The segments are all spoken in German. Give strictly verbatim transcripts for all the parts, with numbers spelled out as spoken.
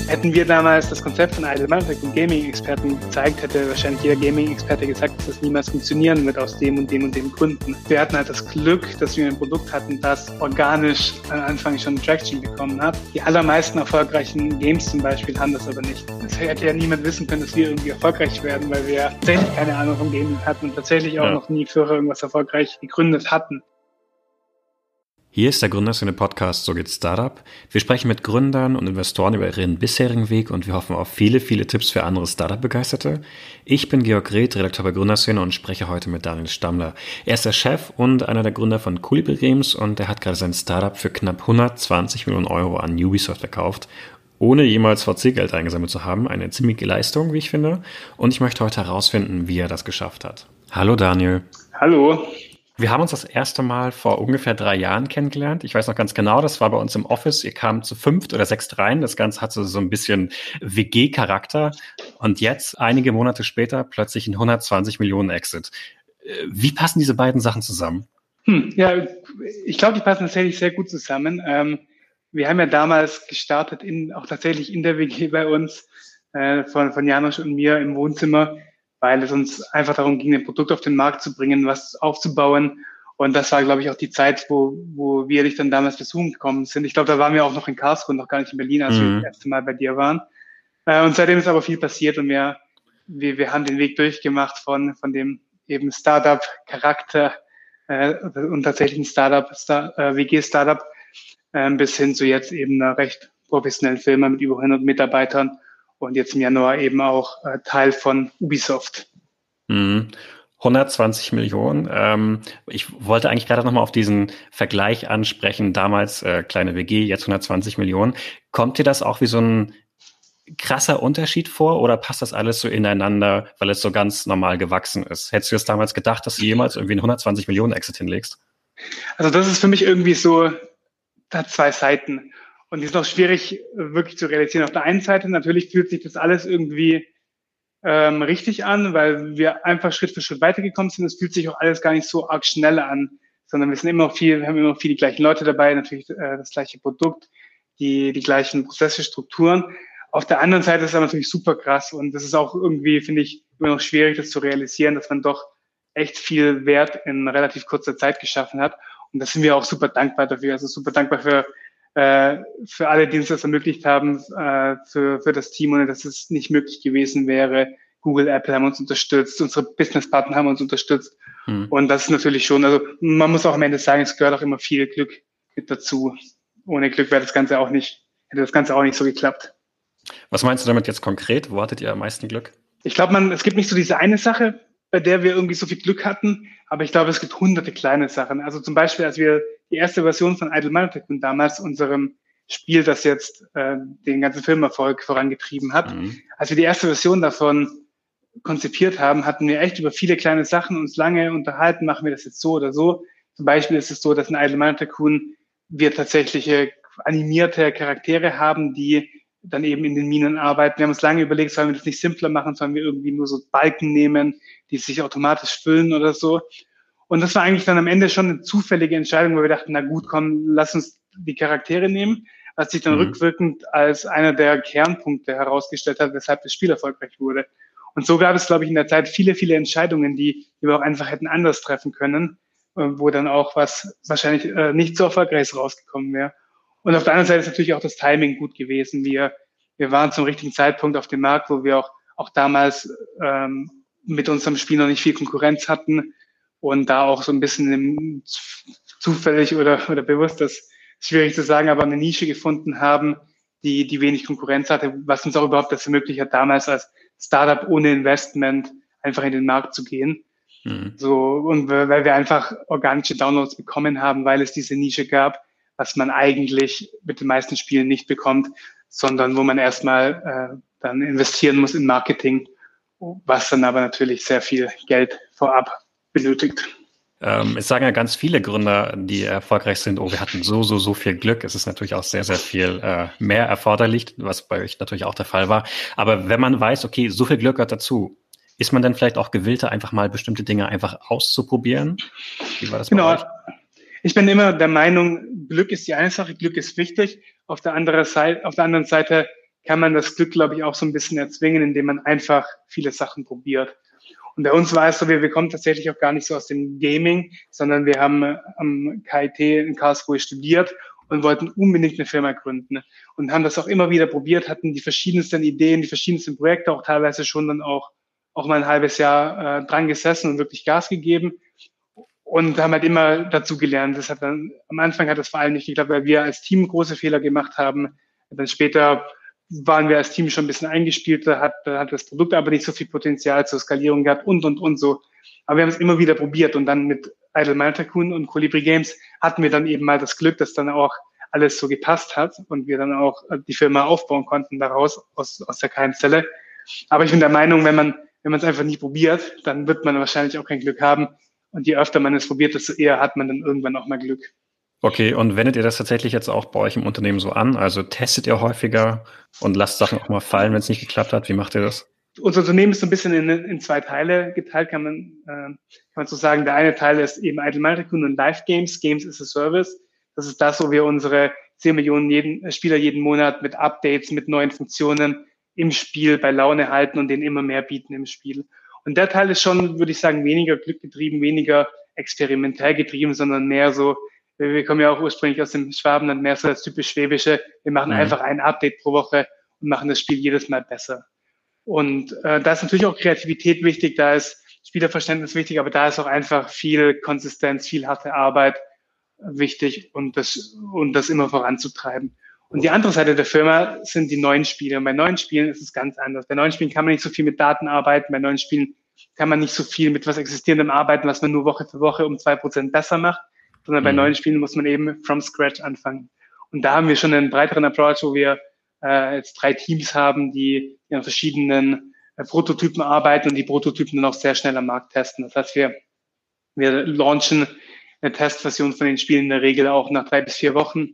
Hätten wir damals das Konzept von Idle Management und Gaming-Experten gezeigt, hätte wahrscheinlich jeder Gaming-Experte gesagt, dass das niemals funktionieren wird aus dem und dem und dem Gründen. Wir hatten halt das Glück, dass wir ein Produkt hatten, das organisch am Anfang schon Traction bekommen hat. Die allermeisten erfolgreichen Games zum Beispiel haben das aber nicht. Es hätte ja niemand wissen können, dass wir irgendwie erfolgreich werden, weil wir tatsächlich keine Ahnung vom Gaming hatten und tatsächlich auch ja. noch nie vorher irgendwas erfolgreich gegründet hatten. Hier ist der Gründerszene-Podcast So geht Startup. Wir sprechen mit Gründern und Investoren über ihren bisherigen Weg und wir hoffen auf viele, viele Tipps für andere Startup-Begeisterte. Ich bin Georg Reth, Redakteur bei Gründerszene und spreche heute mit Daniel Stammler. Er ist der Chef und einer der Gründer von Colibri Games und er hat gerade sein Startup für knapp hundertzwanzig Millionen Euro an Ubisoft verkauft, ohne jemals V C-Geld eingesammelt zu haben. Eine ziemliche Leistung, wie ich finde. Und ich möchte heute herausfinden, wie er das geschafft hat. Hallo Daniel. Hallo. Wir haben uns das erste Mal vor ungefähr drei Jahren kennengelernt. Ich weiß noch ganz genau, das war bei uns im Office. Ihr kamt zu fünft oder sechst rein. Das Ganze hatte so ein bisschen W G-Charakter. Und jetzt, einige Monate später, plötzlich ein hundertzwanzig Millionen Exit. Wie passen diese beiden Sachen zusammen? Hm, ja, ich glaube, die passen tatsächlich sehr gut zusammen. Ähm, wir haben ja damals gestartet, in, auch tatsächlich in der W G bei uns, äh, von, von Janosch und mir im Wohnzimmer, weil es uns einfach darum ging, ein Produkt auf den Markt zu bringen, was aufzubauen. Und das war, glaube ich, auch die Zeit, wo, wo wir dich dann damals besuchen gekommen sind. Ich glaube, da waren wir auch noch in Karlsruhe, noch gar nicht in Berlin, als mhm. wir das erste Mal bei dir waren. Äh, und seitdem ist aber viel passiert und wir, wir, wir haben den Weg durchgemacht von, von dem eben Startup-Charakter äh, und tatsächlichen Startup, Star, äh, W G-Startup äh, bis hin zu jetzt eben einer recht professionellen Firma mit über hundert Mitarbeitern. Und jetzt im Januar eben auch äh, Teil von Ubisoft. Mhm. hundertzwanzig Millionen. Ähm, ich wollte eigentlich gerade nochmal auf diesen Vergleich ansprechen. Damals äh, kleine W G, jetzt hundertzwanzig Millionen. Kommt dir das auch wie so ein krasser Unterschied vor oder passt das alles so ineinander, weil es so ganz normal gewachsen ist? Hättest du es damals gedacht, dass du jemals irgendwie einen hundertzwanzig Millionen Exit hinlegst? Also das ist für mich irgendwie so, da zwei Seiten. Und die ist auch schwierig wirklich zu realisieren. Auf der einen Seite natürlich fühlt sich das alles irgendwie ähm, richtig an, weil wir einfach Schritt für Schritt weitergekommen sind. Es fühlt sich auch alles gar nicht so arg schnell an, sondern wir sind immer noch viel, wir haben immer noch viel die gleichen Leute dabei, natürlich äh, das gleiche Produkt, die die gleichen Prozesse, Strukturen. Auf der anderen Seite ist es aber natürlich super krass und das ist auch irgendwie, finde ich, immer noch schwierig, das zu realisieren, dass man doch echt viel Wert in relativ kurzer Zeit geschaffen hat. Und da sind wir auch super dankbar dafür. Also super dankbar für für alle, die uns das ermöglicht haben, für, für das Team, ohne dass es nicht möglich gewesen wäre. Google, Apple haben uns unterstützt, unsere Businesspartner haben uns unterstützt. Hm. Und das ist natürlich schon, also man muss auch am Ende sagen, es gehört auch immer viel Glück mit dazu. Ohne Glück wäre das Ganze auch nicht, hätte das Ganze auch nicht so geklappt. Was meinst du damit jetzt konkret? Wo hattet ihr am meisten Glück? Ich glaube, man, es gibt nicht so diese eine Sache, bei der wir irgendwie so viel Glück hatten, aber ich glaube, es gibt hunderte kleine Sachen. Also zum Beispiel, als wir die erste Version von Idle Management damals, unserem Spiel, das jetzt äh, den ganzen Filmerfolg vorangetrieben hat, mhm. als wir die erste Version davon konzipiert haben, hatten wir echt über viele kleine Sachen uns lange unterhalten, machen wir das jetzt so oder so. Zum Beispiel ist es so, dass in Idle Management wir tatsächliche animierte Charaktere haben, die dann eben in den Minen arbeiten. Wir haben uns lange überlegt, sollen wir das nicht simpler machen, sollen wir irgendwie nur so Balken nehmen, die sich automatisch füllen oder so. Und das war eigentlich dann am Ende schon eine zufällige Entscheidung, wo wir dachten, na gut, komm, lass uns die Charaktere nehmen, was sich dann mhm. rückwirkend als einer der Kernpunkte herausgestellt hat, weshalb das Spiel erfolgreich wurde. Und so gab es, glaube ich, in der Zeit viele, viele Entscheidungen, die, die wir auch einfach hätten anders treffen können, wo dann auch was wahrscheinlich äh, nicht so erfolgreich rausgekommen wäre. Und auf der anderen Seite ist natürlich auch das Timing gut gewesen. Wir, wir waren zum richtigen Zeitpunkt auf dem Markt, wo wir auch, auch damals ähm, mit unserem Spiel noch nicht viel Konkurrenz hatten und da auch so ein bisschen im, zufällig oder, oder bewusst, das ist schwierig zu sagen, aber eine Nische gefunden haben, die, die wenig Konkurrenz hatte, was uns auch überhaupt das ermöglicht hat, damals als Startup ohne Investment einfach in den Markt zu gehen. Mhm. So, und weil wir einfach organische Downloads bekommen haben, weil es diese Nische gab, was man eigentlich mit den meisten Spielen nicht bekommt, sondern wo man erstmal äh, dann investieren muss in Marketing, was dann aber natürlich sehr viel Geld vorab benötigt. Ähm, es sagen ja ganz viele Gründer, die erfolgreich sind, oh, wir hatten so, so, so viel Glück. Es ist natürlich auch sehr, sehr viel äh, mehr erforderlich, was bei euch natürlich auch der Fall war. Aber wenn man weiß, okay, so viel Glück gehört dazu, ist man dann vielleicht auch gewillter, einfach mal bestimmte Dinge einfach auszuprobieren? Wie war das bei genau. euch? Ich bin immer der Meinung, Glück ist die eine Sache, Glück ist wichtig. Auf der anderen Seite, auf der anderen Seite kann man das Glück, glaube ich, auch so ein bisschen erzwingen, indem man einfach viele Sachen probiert. Und bei uns war es so, wir, wir kommen tatsächlich auch gar nicht so aus dem Gaming, sondern wir haben äh, am K I T in Karlsruhe studiert und wollten unbedingt eine Firma gründen und haben das auch immer wieder probiert, hatten die verschiedensten Ideen, die verschiedensten Projekte, auch teilweise schon dann auch, auch mal ein halbes Jahr äh, dran gesessen und wirklich Gas gegeben und haben halt immer dazu gelernt. Das hat dann, am Anfang hat das vor allem nicht geklappt, weil wir als Team große Fehler gemacht haben. Dann später waren wir als Team schon ein bisschen eingespielter, hat, hat das Produkt aber nicht so viel Potenzial zur Skalierung gehabt und, und, und so. Aber wir haben es immer wieder probiert und dann mit Idle Mind Tycoon und Colibri Games hatten wir dann eben mal das Glück, dass dann auch alles so gepasst hat und wir dann auch die Firma aufbauen konnten daraus, aus, aus der Keimzelle. Aber ich bin der Meinung, wenn man, wenn man es einfach nicht probiert, dann wird man wahrscheinlich auch kein Glück haben. Und je öfter man es probiert, desto eher hat man dann irgendwann auch mal Glück. Okay, und wendet ihr das tatsächlich jetzt auch bei euch im Unternehmen so an? Also testet ihr häufiger und lasst Sachen auch mal fallen, wenn es nicht geklappt hat? Wie macht ihr das? Unser Unternehmen ist so ein bisschen in, in zwei Teile geteilt, kann man, äh, kann man so sagen. Der eine Teil ist eben Idle Mind Tycoon und Live Games, Games as a Service. Das ist das, wo wir unsere zehn Millionen jeden, Spieler jeden Monat mit Updates, mit neuen Funktionen im Spiel bei Laune halten und denen immer mehr bieten im Spiel. Und der Teil ist schon, würde ich sagen, weniger glückgetrieben, weniger experimentell getrieben, sondern mehr so, wir kommen ja auch ursprünglich aus dem Schwabenland, mehr so das typisch Schwäbische. Wir machen mhm. einfach ein Update pro Woche und machen das Spiel jedes Mal besser. Und äh, da ist natürlich auch Kreativität wichtig, da ist Spielerverständnis wichtig, aber da ist auch einfach viel Konsistenz, viel harte Arbeit wichtig und das, und das immer voranzutreiben. Und die andere Seite der Firma sind die neuen Spiele. Und bei neuen Spielen ist es ganz anders. Bei neuen Spielen kann man nicht so viel mit Daten arbeiten. Bei neuen Spielen kann man nicht so viel mit was Existierendem arbeiten, was man nur Woche für Woche um zwei Prozent besser macht, sondern mhm. bei neuen Spielen muss man eben from scratch anfangen. Und da haben wir schon einen breiteren Approach, wo wir äh, jetzt drei Teams haben, die an verschiedenen äh, Prototypen arbeiten und die Prototypen dann auch sehr schnell am Markt testen. Das heißt, wir, wir launchen eine Testversion von den Spielen in der Regel auch nach drei bis vier Wochen,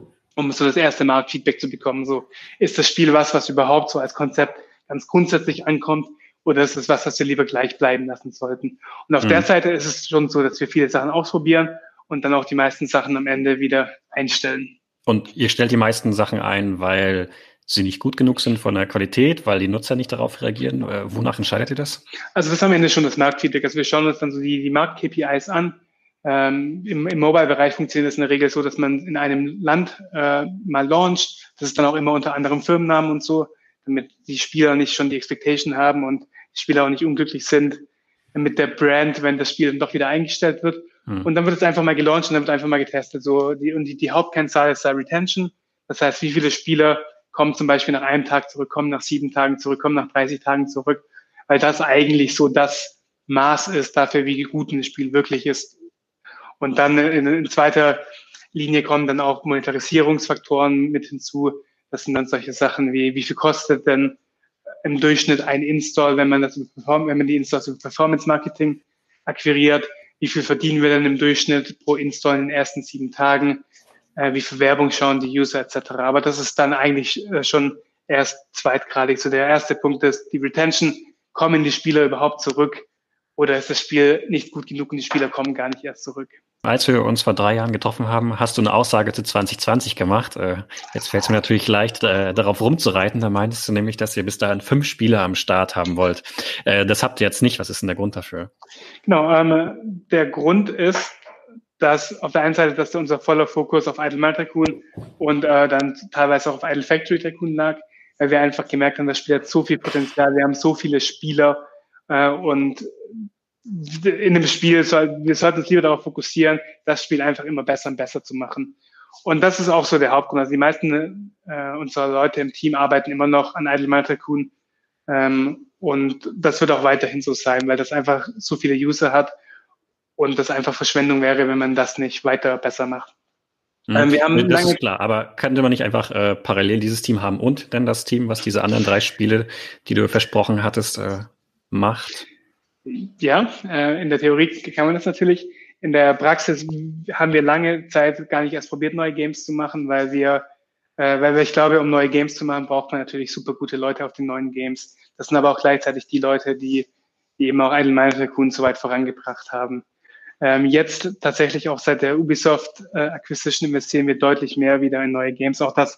um so das erste Marktfeedback zu bekommen. So, ist das Spiel was, was überhaupt so als Konzept ganz grundsätzlich ankommt, oder ist es was, was wir lieber gleich bleiben lassen sollten? Und auf mhm. der Seite ist es schon so, dass wir viele Sachen ausprobieren und dann auch die meisten Sachen am Ende wieder einstellen. Und ihr stellt die meisten Sachen ein, weil sie nicht gut genug sind von der Qualität, weil die Nutzer nicht darauf reagieren? Wonach entscheidet ihr das? Also das ist am Ende schon das Marktfeedback. Also wir schauen uns dann so die, die Markt-K P Is an. Ähm, Im im Mobile-Bereich funktioniert es in der Regel so, dass man in einem Land äh, mal launcht. Das ist dann auch immer unter anderem Firmennamen und so, damit die Spieler nicht schon die Expectation haben und die Spieler auch nicht unglücklich sind mit der Brand, wenn das Spiel dann doch wieder eingestellt wird. Hm. Und dann wird es einfach mal gelauncht und dann wird einfach mal getestet. So die, und die, die Hauptkennzahl ist da Retention. Das heißt, wie viele Spieler kommen zum Beispiel nach einem Tag zurück, kommen nach sieben Tagen zurück, kommen nach dreißig Tagen zurück, weil das eigentlich so das Maß ist dafür, wie gut ein Spiel wirklich ist. Und dann in, in zweiter Linie kommen dann auch Monetarisierungsfaktoren mit hinzu. Das sind dann solche Sachen wie, wie viel kostet denn im Durchschnitt ein Install, wenn man das, wenn man die Installs über Performance Marketing akquiriert? Wie viel verdienen wir denn im Durchschnitt pro Install in den ersten sieben Tagen? Äh, wie viel Werbung schauen die User et cetera. Aber das ist dann eigentlich äh, schon erst zweitgradig. So der erste Punkt ist die Retention. Kommen die Spieler überhaupt zurück? Oder ist das Spiel nicht gut genug und die Spieler kommen gar nicht erst zurück? Als wir uns vor drei Jahren getroffen haben, hast du eine Aussage zu zwanzig zwanzig gemacht. Jetzt fällt es mir natürlich leicht, darauf rumzureiten. Da meintest du nämlich, dass ihr bis dahin fünf Spieler am Start haben wollt. Das habt ihr jetzt nicht. Was ist denn der Grund dafür? Genau, ähm, der Grund ist, dass auf der einen Seite, dass unser voller Fokus auf Idle Mind Tycoon und äh, dann teilweise auch auf Idle Factory Tycoon lag, weil wir einfach gemerkt haben, das Spiel hat so viel Potenzial, wir haben so viele Spieler äh, und in dem Spiel, soll, wir sollten uns lieber darauf fokussieren, das Spiel einfach immer besser und besser zu machen. Und das ist auch so der Hauptgrund. Also die meisten äh, unserer Leute im Team arbeiten immer noch an Idle Mind Tycoon ähm, und das wird auch weiterhin so sein, weil das einfach so viele User hat und das einfach Verschwendung wäre, wenn man das nicht weiter besser macht. Mhm. Ähm, wir haben das lange ist klar, aber könnte man nicht einfach äh, parallel dieses Team haben und dann das Team, was diese anderen drei Spiele, die du versprochen hattest, äh, macht? Ja, äh, in der Theorie kann man das natürlich. In der Praxis haben wir lange Zeit gar nicht erst probiert, neue Games zu machen, weil wir, äh, weil wir, ich glaube, um neue Games zu machen, braucht man natürlich super gute Leute auf den neuen Games. Das sind aber auch gleichzeitig die Leute, die, die eben auch Idle Mind Tycoon so weit vorangebracht haben. Ähm, jetzt tatsächlich auch seit der Ubisoft äh, Acquisition investieren wir deutlich mehr wieder in neue Games. Auch das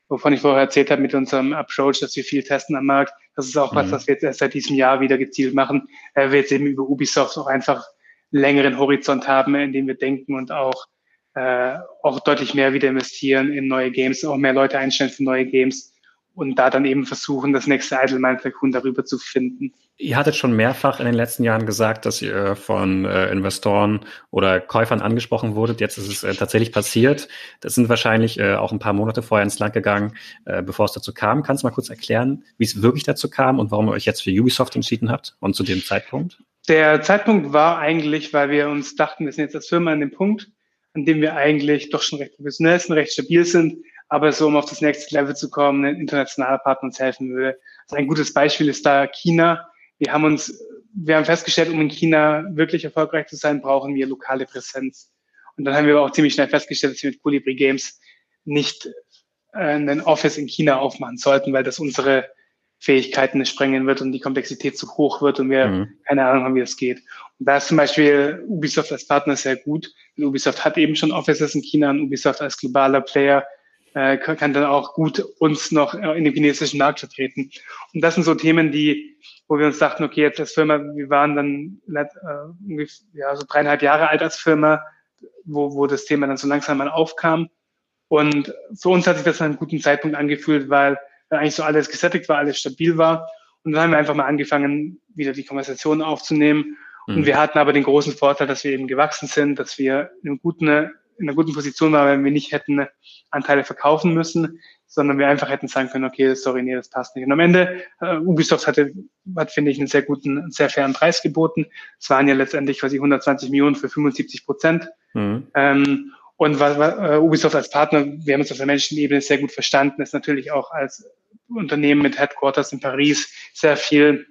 wovon ich vorher erzählt habe mit unserem Approach, dass wir viel testen am Markt. Das ist auch mhm. was, was wir jetzt erst seit diesem Jahr wieder gezielt machen. Äh, wir jetzt eben über Ubisoft auch einfach längeren Horizont haben, in dem wir denken und auch äh, auch deutlich mehr wieder investieren in neue Games, auch mehr Leute einstellen für neue Games und da dann eben versuchen, das nächste Idle Mind Tycoon darüber zu finden. Ihr hattet schon mehrfach in den letzten Jahren gesagt, dass ihr von äh, Investoren oder Käufern angesprochen wurdet. Jetzt ist es äh, tatsächlich passiert. Das sind wahrscheinlich äh, auch ein paar Monate vorher ins Land gegangen, äh, bevor es dazu kam. Kannst du mal kurz erklären, wie es wirklich dazu kam und warum ihr euch jetzt für Ubisoft entschieden habt und zu dem Zeitpunkt? Der Zeitpunkt war eigentlich, weil wir uns dachten, wir sind jetzt als Firma an dem Punkt, an dem wir eigentlich doch schon recht professionell sind, recht stabil sind, aber so, um auf das nächste Level zu kommen, ein internationaler Partner uns helfen würde. Also ein gutes Beispiel ist da China. Wir haben uns, wir haben festgestellt, um in China wirklich erfolgreich zu sein, brauchen wir lokale Präsenz. Und dann haben wir auch ziemlich schnell festgestellt, dass wir mit Colibri Games nicht äh, ein Office in China aufmachen sollten, weil das unsere Fähigkeiten sprengen wird und die Komplexität zu hoch wird und wir mhm. keine Ahnung haben, wie das geht. Und da ist zum Beispiel Ubisoft als Partner sehr gut. Und Ubisoft hat eben schon Offices in China und Ubisoft als globaler Player äh, kann dann auch gut uns noch in dem chinesischen Markt vertreten. Und das sind so Themen, die, wo wir uns dachten, okay, jetzt als Firma, wir waren dann äh, ungefähr ja, so dreieinhalb Jahre alt als Firma, wo, wo das Thema dann so langsam mal aufkam. Und für uns hat sich das an einem guten Zeitpunkt angefühlt, weil eigentlich so alles gesättigt war, alles stabil war. Und dann haben wir einfach mal angefangen, wieder die Konversation aufzunehmen. Mhm. Und wir hatten aber den großen Vorteil, dass wir eben gewachsen sind, dass wir in, einem guten, in einer guten Position waren, wenn wir nicht hätten Anteile verkaufen müssen, sondern wir einfach hätten sagen können, okay, sorry, nee, das passt nicht. Und am Ende, uh, Ubisoft hatte, hat, finde ich, einen sehr guten, einen sehr fairen Preis geboten. Es waren ja letztendlich quasi hundertzwanzig Millionen für fünfundsiebzig Prozent. Mhm. Ähm, Und was, was, uh, Ubisoft als Partner, wir haben uns auf der menschlichen Ebene sehr gut verstanden, ist natürlich auch als Unternehmen mit Headquarters in Paris sehr viel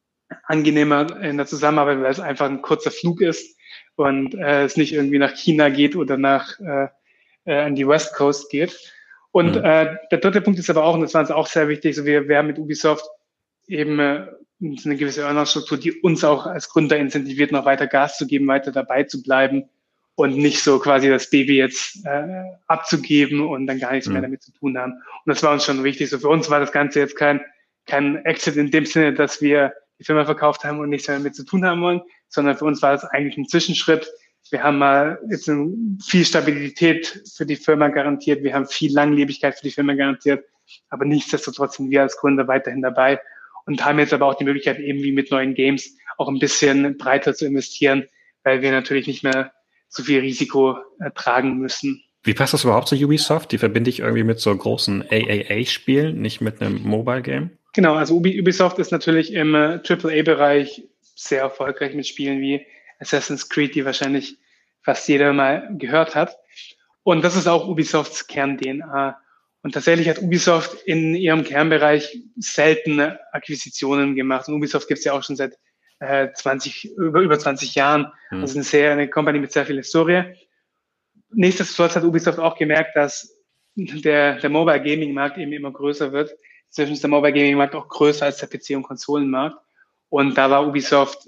angenehmer in der Zusammenarbeit, weil es einfach ein kurzer Flug ist und äh, es nicht irgendwie nach China geht oder nach äh, äh, an die West Coast geht. Und mhm. äh, der dritte Punkt ist aber auch, und das war uns auch sehr wichtig, so wir, wir haben mit Ubisoft eben äh, eine gewisse Earnout-Struktur, die uns auch als Gründer incentiviert, noch weiter Gas zu geben, weiter dabei zu bleiben und nicht so quasi das Baby jetzt äh, abzugeben und dann gar nichts mhm. mehr damit zu tun haben. Und das war uns schon wichtig. So für uns war das Ganze jetzt kein kein Exit in dem Sinne, dass wir die Firma verkauft haben und nichts mehr damit zu tun haben wollen, sondern für uns war das eigentlich ein Zwischenschritt. Wir haben mal jetzt viel Stabilität für die Firma garantiert, wir haben viel Langlebigkeit für die Firma garantiert, aber nichtsdestotrotz sind wir als Gründer weiterhin dabei und haben jetzt aber auch die Möglichkeit, eben wie mit neuen Games auch ein bisschen breiter zu investieren, weil wir natürlich nicht mehr so viel Risiko äh, tragen müssen. Wie passt das überhaupt zu Ubisoft? Die verbinde ich irgendwie mit so großen A A A-Spielen, nicht mit einem Mobile-Game. Genau, also Ubisoft ist natürlich im äh, Triple A-Bereich sehr erfolgreich mit Spielen wie Assassin's Creed, die wahrscheinlich fast jeder mal gehört hat. Und das ist auch Ubisofts Kern-D N A. Und tatsächlich hat Ubisoft in ihrem Kernbereich seltene Akquisitionen gemacht. Und Ubisoft gibt es ja auch schon seit äh, zwanzig, über, über zwanzig Jahren. Hm. Also eine, sehr, eine Company mit sehr viel Historie. Nichtsdestotrotz hat Ubisoft auch gemerkt, dass der, der Mobile Gaming Markt eben immer größer wird. Inzwischen ist der Mobile Gaming Markt auch größer als der P C- und Konsolenmarkt. Und da war Ubisoft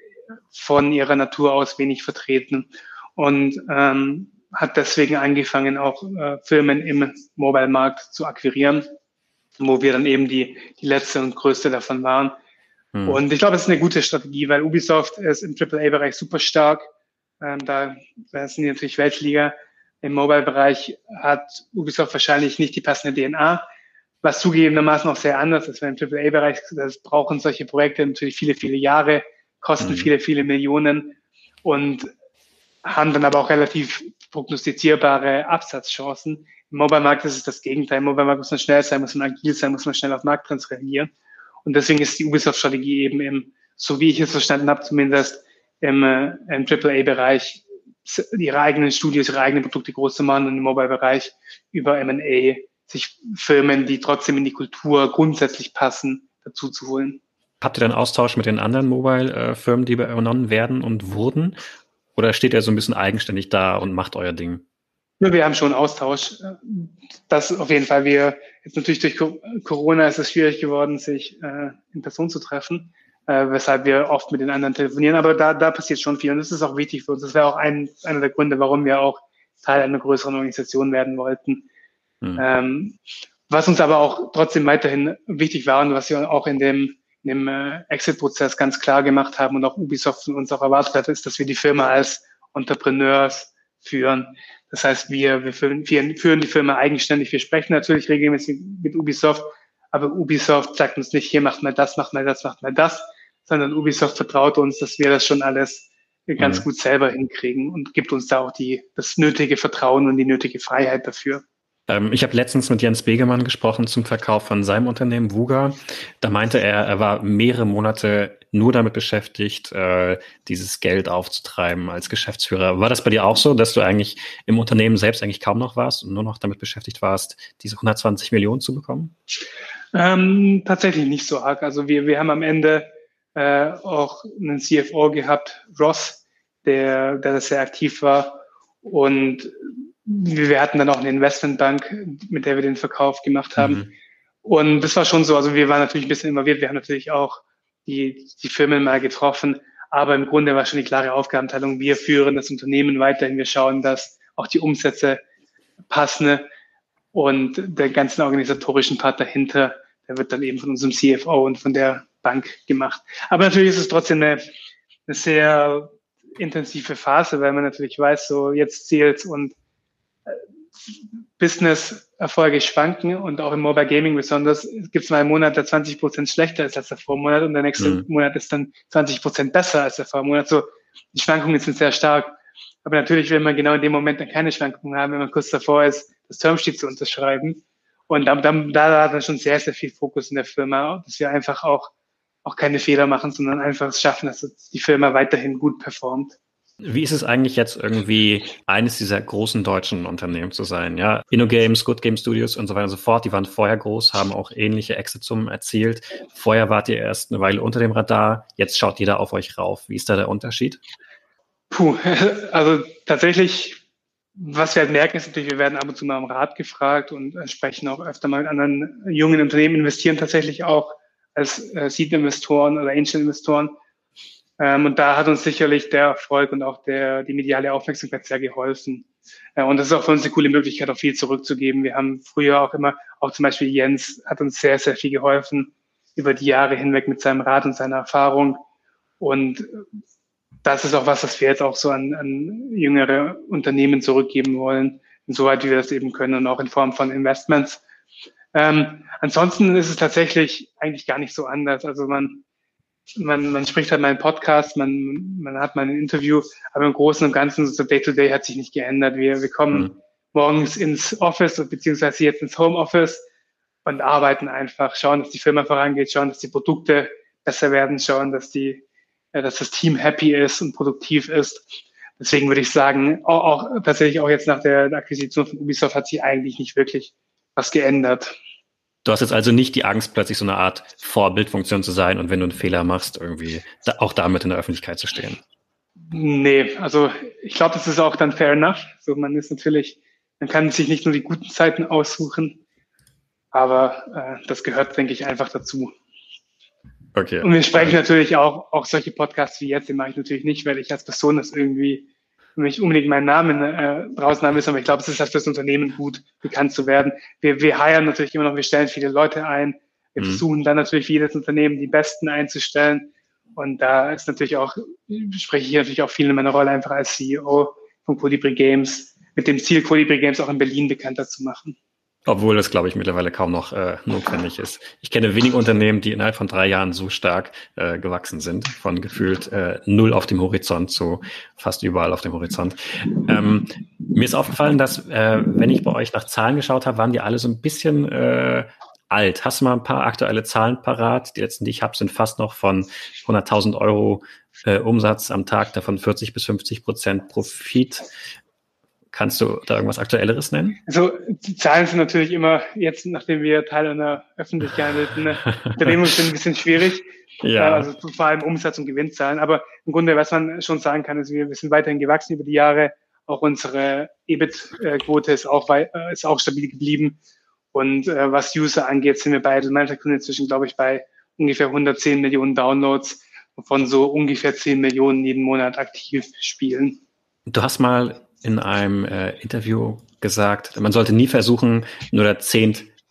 von ihrer Natur aus wenig vertreten und ähm, hat deswegen angefangen, auch äh, Firmen im Mobile-Markt zu akquirieren, wo wir dann eben die, die letzte und größte davon waren. Hm. Und ich glaube, es ist eine gute Strategie, weil Ubisoft ist im Triple A-Bereich super stark. Ähm, da, da sind die natürlich Weltliga. Im Mobile-Bereich hat Ubisoft wahrscheinlich nicht die passende D N A, was zugegebenermaßen auch sehr anders ist, weil im Triple A-Bereich, das brauchen solche Projekte natürlich viele, viele Jahre, kosten mhm. viele, viele Millionen und haben dann aber auch relativ prognostizierbare Absatzchancen. Im Mobile-Markt ist es das Gegenteil. Im Mobile-Markt muss man schnell sein, muss man agil sein, muss man schnell auf Markttrends reagieren. Und deswegen ist die Ubisoft-Strategie eben im, so wie ich es verstanden habe, zumindest im, äh, im Triple A-Bereich, ihre eigenen Studios, ihre eigenen Produkte groß zu machen und im Mobile-Bereich über M and A sich Firmen, die trotzdem in die Kultur grundsätzlich passen, dazu zu holen. Habt ihr dann Austausch mit den anderen Mobile-Firmen, die übernommen werden und wurden? Oder steht ihr so ein bisschen eigenständig da und macht euer Ding? Ja, wir haben schon Austausch. Das auf jeden Fall. Wir, jetzt natürlich durch Corona ist es schwierig geworden, sich äh, in Person zu treffen, äh, weshalb wir oft mit den anderen telefonieren. Aber da, da passiert schon viel und das ist auch wichtig für uns. Das wäre auch ein, einer der Gründe, warum wir auch Teil einer größeren Organisation werden wollten. Hm. Ähm, Was uns aber auch trotzdem weiterhin wichtig war und was wir auch in dem, in dem äh, Exit-Prozess ganz klar gemacht haben und auch Ubisoft von uns auch erwartet hat, ist, dass wir die Firma als Entrepreneurs führen. Das heißt, wir, wir, führen, wir führen die Firma eigenständig. Wir sprechen natürlich regelmäßig mit Ubisoft, aber Ubisoft sagt uns nicht, hier macht mal das, macht mal das, macht mal das, sondern Ubisoft vertraut uns, dass wir das schon alles ganz mhm. gut selber hinkriegen und gibt uns da auch die, das nötige Vertrauen und die nötige Freiheit dafür. Ich habe letztens mit Jens Begemann gesprochen zum Verkauf von seinem Unternehmen Vuga. Da meinte er, er war mehrere Monate nur damit beschäftigt, äh, dieses Geld aufzutreiben als Geschäftsführer. War das bei dir auch so, dass du eigentlich im Unternehmen selbst eigentlich kaum noch warst und nur noch damit beschäftigt warst, diese hundertzwanzig Millionen zu bekommen? Ähm, tatsächlich nicht so arg. Also wir, wir haben am Ende äh, auch einen C F O gehabt, Ross, der, der das sehr aktiv war. Und wir hatten dann auch eine Investmentbank, mit der wir den Verkauf gemacht haben. Mhm. Und das war schon so, also wir waren natürlich ein bisschen involviert. Wir haben natürlich auch die, die Firmen mal getroffen. Aber im Grunde war schon die klare Aufgabenteilung. Wir führen das Unternehmen weiterhin. Wir schauen, dass auch die Umsätze passen. Und der ganzen organisatorischen Part dahinter, der wird dann eben von unserem C F O und von der Bank gemacht. Aber natürlich ist es trotzdem eine, eine sehr intensive Phase, weil man natürlich weiß, so jetzt Sales und Business-Erfolge schwanken und auch im Mobile Gaming besonders. Es gibt mal einen Monat, der zwanzig Prozent schlechter ist als der Vormonat und der nächste mhm. Monat ist dann zwanzig Prozent besser als der Vormonat. So, die Schwankungen sind sehr stark. Aber natürlich will man genau in dem Moment dann keine Schwankungen haben, wenn man kurz davor ist, das Termsheet zu unterschreiben. Und da, da, da hat man schon sehr, sehr viel Fokus in der Firma, dass wir einfach auch, auch keine Fehler machen, sondern einfach es schaffen, dass die Firma weiterhin gut performt. Wie ist es eigentlich jetzt irgendwie, eines dieser großen deutschen Unternehmen zu sein? Ja, InnoGames, Good Game Studios und so weiter und so fort, die waren vorher groß, haben auch ähnliche Exit-Summen erzielt. Vorher wart ihr erst eine Weile unter dem Radar, jetzt schaut jeder auf euch rauf. Wie ist da der Unterschied? Puh, also tatsächlich, was wir halt merken, ist natürlich, wir werden ab und zu mal am Rat gefragt und sprechen auch öfter mal mit anderen jungen Unternehmen, investieren tatsächlich auch als äh, Seed-Investoren oder Angel-Investoren. Ähm, und da hat uns sicherlich der Erfolg und auch der, die mediale Aufmerksamkeit sehr geholfen. Äh, und das ist auch für uns eine coole Möglichkeit, auch viel zurückzugeben. Wir haben früher auch immer, auch zum Beispiel Jens hat uns sehr, sehr viel geholfen über die Jahre hinweg mit seinem Rat und seiner Erfahrung. Und das ist auch was, was wir jetzt auch so an, an jüngere Unternehmen zurückgeben wollen, insoweit wie wir das eben können und auch in Form von Investments. Ähm, ansonsten ist es tatsächlich eigentlich gar nicht so anders. Also man Man, man spricht halt mal einen Podcast, man, man hat mal ein Interview, aber im Großen und Ganzen, so Day-to-Day hat sich nicht geändert. Wir, wir kommen mhm. morgens ins Office, beziehungsweise jetzt ins Homeoffice und arbeiten einfach, schauen, dass die Firma vorangeht, schauen, dass die Produkte besser werden, schauen, dass die, dass das Team happy ist und produktiv ist. Deswegen würde ich sagen, auch, auch tatsächlich auch jetzt nach der Akquisition von Ubisoft hat sich eigentlich nicht wirklich was geändert. Du hast jetzt also nicht die Angst, plötzlich so eine Art Vorbildfunktion zu sein und wenn du einen Fehler machst, irgendwie da, auch damit in der Öffentlichkeit zu stehen. Nee, also ich glaube, das ist auch dann fair enough. So, man ist natürlich, man kann sich nicht nur die guten Zeiten aussuchen, aber äh, das gehört, denke ich, einfach dazu. Okay. Und wir sprechen natürlich auch, auch solche Podcasts wie jetzt, den mache ich natürlich nicht, weil ich als Person das irgendwie nicht unbedingt meinen Namen äh, draußen haben will, aber ich glaube, es ist halt für das Unternehmen gut, bekannt zu werden. Wir, wir hiren natürlich immer noch, wir stellen viele Leute ein. Wir mhm. versuchen dann natürlich für jedes Unternehmen die Besten einzustellen. Und da ist natürlich auch, spreche ich natürlich auch viel in meiner Rolle einfach als C E O von Colibri Games, mit dem Ziel, Colibri Games auch in Berlin bekannter zu machen. Obwohl das, glaube ich, mittlerweile kaum noch äh, notwendig ist. Ich kenne wenige Unternehmen, die innerhalb von drei Jahren so stark äh, gewachsen sind, von gefühlt äh, null auf dem Horizont zu fast überall auf dem Horizont. Ähm, mir ist aufgefallen, dass, äh, wenn ich bei euch nach Zahlen geschaut habe, waren die alle so ein bisschen äh, alt. Hast du mal ein paar aktuelle Zahlen parat? Die letzten, die ich habe, sind fast noch von hunderttausend Euro äh, Umsatz am Tag, davon vierzig bis fünfzig Prozent Profit. Kannst du da irgendwas Aktuelleres nennen? Also die Zahlen sind natürlich immer jetzt, nachdem wir Teil einer öffentlich gehandelten Unternehmung sind, ein bisschen schwierig. Ja. Also vor allem Umsatz- und Gewinnzahlen. Aber im Grunde, was man schon sagen kann, ist, wir, wir sind weiterhin gewachsen über die Jahre. Auch unsere E B I T-Quote ist auch, ist auch stabil geblieben. Und äh, was User angeht, sind wir bei Idle Manufacturing inzwischen, glaube ich, bei ungefähr hundertzehn Millionen Downloads, wovon so ungefähr zehn Millionen jeden Monat aktiv spielen. Du hast mal in einem äh, Interview gesagt, man sollte nie versuchen, nur der zehnt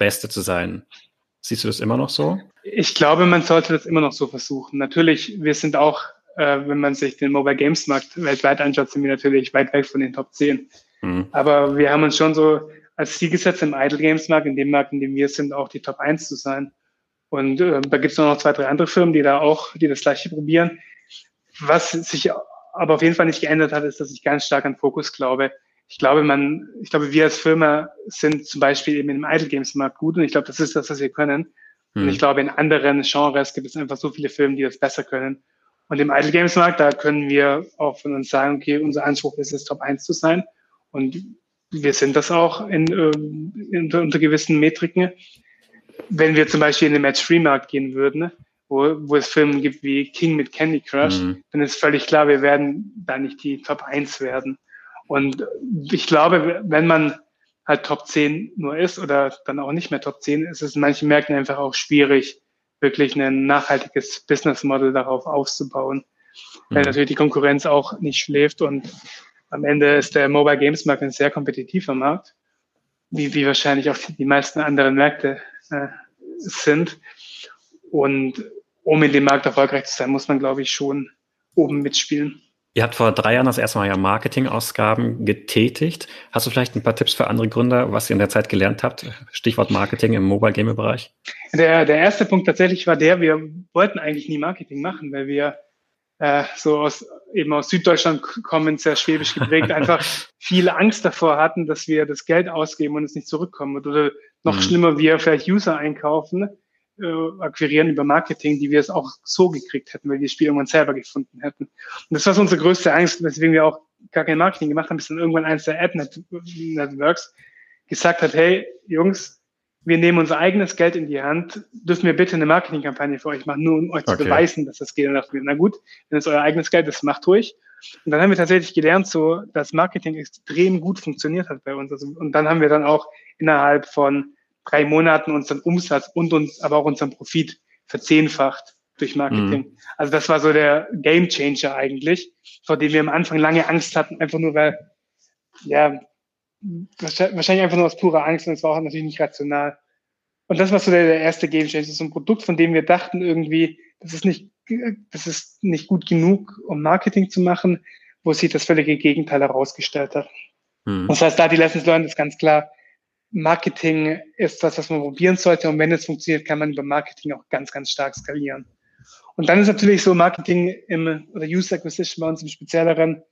Beste zu sein. Siehst du das immer noch so? Ich glaube, man sollte das immer noch so versuchen. Natürlich, wir sind auch, äh, wenn man sich den Mobile Games Markt weltweit anschaut, sind wir natürlich weit weg von den Top zehn. Mhm. Aber wir haben uns schon so als Ziel gesetzt, im Idle Games Markt, in dem Markt, in dem wir sind, auch die Top eins zu sein. Und äh, da gibt es noch zwei, drei andere Firmen, die da auch, die das Gleiche probieren. Was sich aber auf jeden Fall nicht geändert hat, ist, dass ich ganz stark an Fokus glaube. Ich glaube, man, ich glaube, wir als Firma sind zum Beispiel eben im Idle Games Markt gut und ich glaube, das ist das, was wir können. Hm. Und ich glaube, in anderen Genres gibt es einfach so viele Firmen, die das besser können. Und im Idle Games Markt, da können wir auch von uns sagen, okay, unser Anspruch ist es, Top eins zu sein. Und wir sind das auch in, in, unter gewissen Metriken. Wenn wir zum Beispiel in den Match-Free-Markt gehen würden, wo, wo es Firmen gibt wie King mit Candy Crush, hm. dann ist völlig klar, wir werden da nicht die Top eins werden. Und ich glaube, wenn man halt Top zehn nur ist oder dann auch nicht mehr Top zehn, ist es in manchen Märkten einfach auch schwierig, wirklich ein nachhaltiges Business Model darauf aufzubauen. Mhm. Weil natürlich die Konkurrenz auch nicht schläft und am Ende ist der Mobile Games Markt ein sehr kompetitiver Markt, wie, wie wahrscheinlich auch die meisten anderen Märkte äh, sind. Und um in dem Markt erfolgreich zu sein, muss man, glaube ich, schon oben mitspielen. Ihr habt vor drei Jahren das erste Mal ja Marketingausgaben getätigt. Hast du vielleicht ein paar Tipps für andere Gründer, was ihr in der Zeit gelernt habt? Stichwort Marketing im Mobile-Game-Bereich. Der, der erste Punkt tatsächlich war der, wir wollten eigentlich nie Marketing machen, weil wir äh, so aus eben aus Süddeutschland kommen, sehr schwäbisch geprägt, einfach viel Angst davor hatten, dass wir das Geld ausgeben und es nicht zurückkommen. Oder noch mhm. schlimmer, wir vielleicht User einkaufen, äh, akquirieren über Marketing, die wir es auch so gekriegt hätten, weil wir das Spiel irgendwann selber gefunden hätten. Und das war so unsere größte Angst, weswegen wir auch gar kein Marketing gemacht haben, bis dann irgendwann eins der Ad-Networks gesagt hat, hey, Jungs, wir nehmen unser eigenes Geld in die Hand, dürfen wir bitte eine Marketingkampagne für euch machen, nur um euch okay. zu beweisen, dass das geht. Und dachten wir, na gut, wenn es euer eigenes Geld ist, macht ruhig. Und dann haben wir tatsächlich gelernt, so, dass Marketing extrem gut funktioniert hat bei uns. Also, und dann haben wir dann auch innerhalb von drei Monaten unseren Umsatz und uns, aber auch unseren Profit verzehnfacht durch Marketing. Mhm. Also das war so der Game Changer eigentlich, vor dem wir am Anfang lange Angst hatten, einfach nur weil, ja, wahrscheinlich einfach nur aus purer Angst und es war auch natürlich nicht rational. Und das war so der, der erste Game Changer, so ein Produkt, von dem wir dachten irgendwie, das ist nicht, das ist nicht gut genug, um Marketing zu machen, wo sich das völlige Gegenteil herausgestellt hat. Mhm. Das heißt, da die Lessons learned ist ganz klar, Marketing ist das, was man probieren sollte. Und wenn es funktioniert, kann man über Marketing auch ganz, ganz stark skalieren. Und dann ist natürlich so Marketing im, oder User Acquisition bei uns im Spezielleren,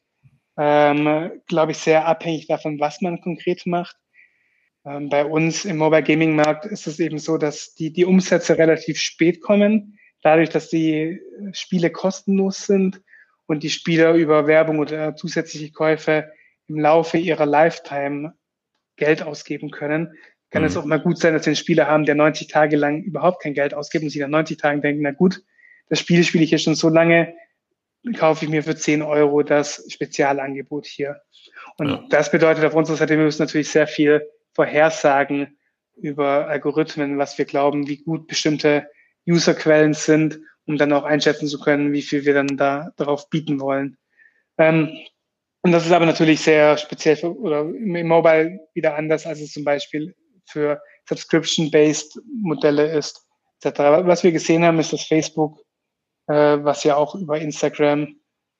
ähm, glaube ich, sehr abhängig davon, was man konkret macht. Ähm, bei uns im Mobile Gaming Markt ist es eben so, dass die, die Umsätze relativ spät kommen, dadurch, dass die Spiele kostenlos sind und die Spieler über Werbung oder zusätzliche Käufe im Laufe ihrer Lifetime Geld ausgeben können. Kann mhm. es auch mal gut sein, dass wir einen Spieler haben, der neunzig Tage lang überhaupt kein Geld ausgibt und sich nach neunzig Tagen denkt, na gut, das Spiel spiele ich hier schon so lange, kaufe ich mir für zehn Euro das Spezialangebot hier. Und ja. das bedeutet auf unserer Seite, wir müssen natürlich sehr viel vorhersagen über Algorithmen, was wir glauben, wie gut bestimmte Userquellen sind, um dann auch einschätzen zu können, wie viel wir dann da darauf bieten wollen. Ähm, Und das ist aber natürlich sehr speziell für, oder im Mobile wieder anders, als es zum Beispiel für Subscription-based Modelle ist, et cetera. Was wir gesehen haben, ist, dass Facebook, äh, was ja auch über Instagram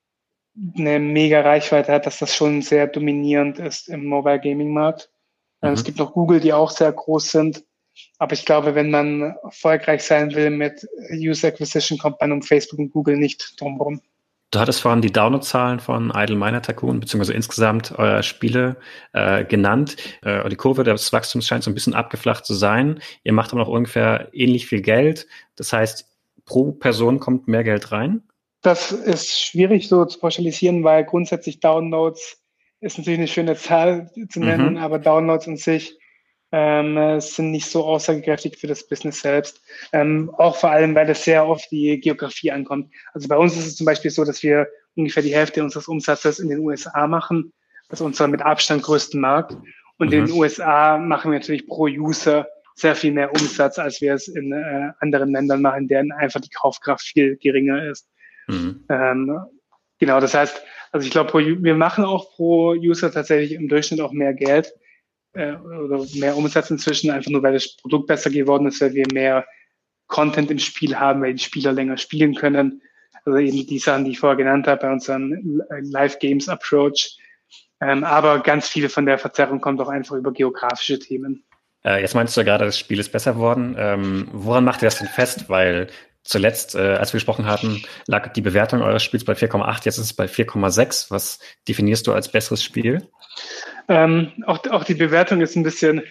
eine mega Reichweite hat, dass das schon sehr dominierend ist im Mobile Gaming Markt. Mhm. Es gibt noch Google, die auch sehr groß sind. Aber ich glaube, wenn man erfolgreich sein will mit User Acquisition, kommt man um Facebook und Google nicht drumherum. Du hattest vorhin die Downloadzahlen von Idle Miner Tycoon beziehungsweise insgesamt eurer Spiele äh, genannt. Äh, die Kurve des Wachstums scheint so ein bisschen abgeflacht zu sein. Ihr macht aber noch ungefähr ähnlich viel Geld. Das heißt, pro Person kommt mehr Geld rein? Das ist schwierig so zu pauschalisieren, weil grundsätzlich Downloads ist natürlich eine schöne Zahl zu nennen, mhm. aber Downloads an sich ähm, sind nicht so aussagekräftig für das Business selbst. Ähm, auch vor allem, weil es sehr auf die Geografie ankommt. Also bei uns ist es zum Beispiel so, dass wir ungefähr die Hälfte unseres Umsatzes in den U S A machen. Das ist unser mit Abstand größten Markt. Und mhm. in den U S A machen wir natürlich pro User sehr viel mehr Umsatz, als wir es in äh, anderen Ländern machen, deren einfach die Kaufkraft viel geringer ist. Mhm. Ähm, genau, das heißt, also ich glaube, wir machen auch pro User tatsächlich im Durchschnitt auch mehr Geld. äh, oder mehr Umsatz inzwischen, einfach nur weil das Produkt besser geworden ist, weil wir mehr Content im Spiel haben, weil die Spieler länger spielen können. Also eben die Sachen, die ich vorher genannt habe, bei unserem Live-Games-Approach. Ähm, aber ganz viele von der Verzerrung kommt auch einfach über geografische Themen. Äh, jetzt meinst du ja gerade, das Spiel ist besser geworden. Ähm, woran macht ihr das denn fest? Weil zuletzt, äh, als wir gesprochen hatten, lag die Bewertung eures Spiels bei vier Komma acht, jetzt ist es bei vier Komma sechs. Was definierst du als besseres Spiel? Ähm, auch, auch die Bewertung ist ein bisschen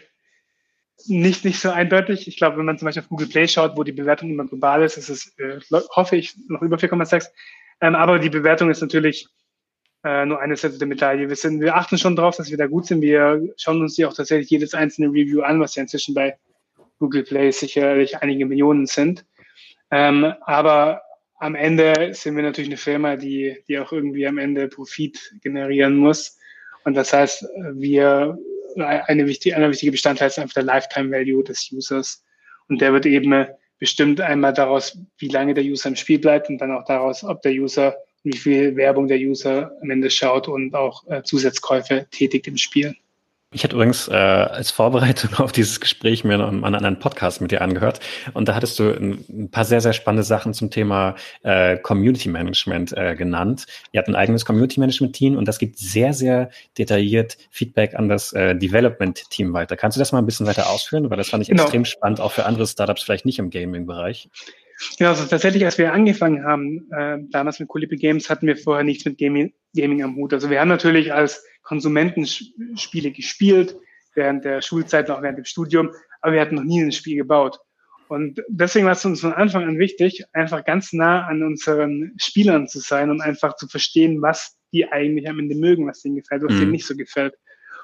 nicht, nicht so eindeutig. Ich glaube, wenn man zum Beispiel auf Google Play schaut, wo die Bewertung immer global ist, ist es, äh, hoffe ich, noch über vier Komma sechs. Ähm, aber die Bewertung ist natürlich äh, nur eine Seite der Medaille. Wir, sind, wir achten schon drauf, dass wir da gut sind. Wir schauen uns hier auch tatsächlich jedes einzelne Review an, was ja inzwischen bei Google Play sicherlich einige Millionen sind. Ähm, aber am Ende sind wir natürlich eine Firma, die, die auch irgendwie am Ende Profit generieren muss. Und das heißt, wir, eine wichtige, ein wichtiger Bestandteil ist einfach der Lifetime Value des Users. Und der wird eben bestimmt einmal daraus, wie lange der User im Spiel bleibt und dann auch daraus, ob der User, wie viel Werbung der User am Ende schaut und auch äh, Zusatzkäufe tätigt im Spiel. Ich hatte übrigens äh, als Vorbereitung auf dieses Gespräch mir noch einen anderen Podcast mit dir angehört und da hattest du ein, ein paar sehr, sehr spannende Sachen zum Thema äh, Community Management äh, genannt. Ihr habt ein eigenes Community Management Team und das gibt sehr, sehr detailliert Feedback an das äh, Development Team weiter. Kannst du das mal ein bisschen weiter ausführen? Weil das fand ich genau. extrem spannend, auch für andere Startups, vielleicht nicht im Gaming-Bereich. Genau, also tatsächlich, als wir angefangen haben, äh, damals mit Colibri Games, hatten wir vorher nichts mit Gaming, Gaming am Hut. Also wir haben natürlich als Konsumenten Spiele gespielt, während der Schulzeit, auch während dem Studium, aber wir hatten noch nie ein Spiel gebaut. Und deswegen war es uns von Anfang an wichtig, einfach ganz nah an unseren Spielern zu sein und einfach zu verstehen, was die eigentlich am Ende mögen, was denen gefällt, was mhm. denen nicht so gefällt.